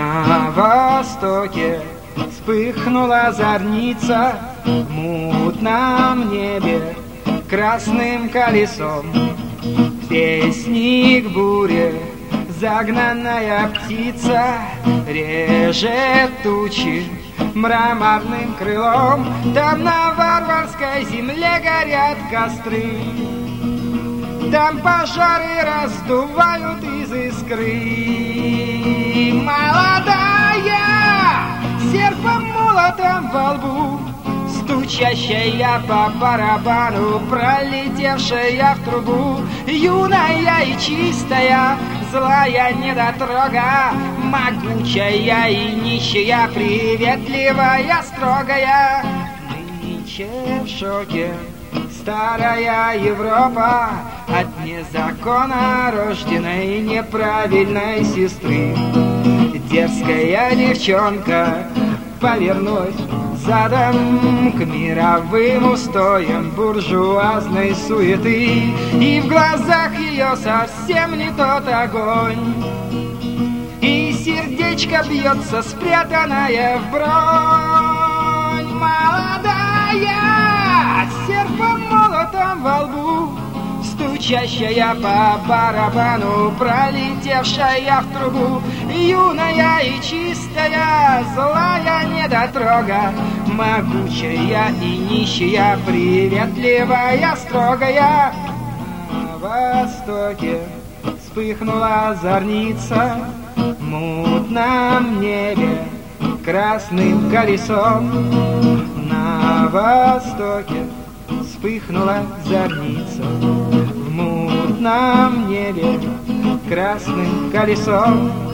На востоке вспыхнула зорница в мутном небе красным колесом. Вестник бури, загнанная птица, режет тучи мраморным крылом. Там на варварской земле горят костры, там пожары раздувают из искры. Молодая, серпом молотом во лбу, стучащая по барабану, пролетевшая в трубу. Юная и чистая, злая недотрога, могучая и нищая, приветливая, строгая. Нынче в шоке старая Европа от незаконно рожденной неправильной сестры. Дерзкая девчонка повернуть задом к мировым устоям буржуазной суеты, и в глазах ее совсем не тот огонь, и сердечко бьется, спрятанное в бронь. Молодая, серпом молотом во лбу, стучащая по барабану, пролетевшая в трубу. Юная и чистая, злая недотрога, могучая и нищая, приветливая, строгая. На востоке вспыхнула зорница в мутном небе красным колесом. На востоке вспыхнула зорница в мутном небе красным колесом.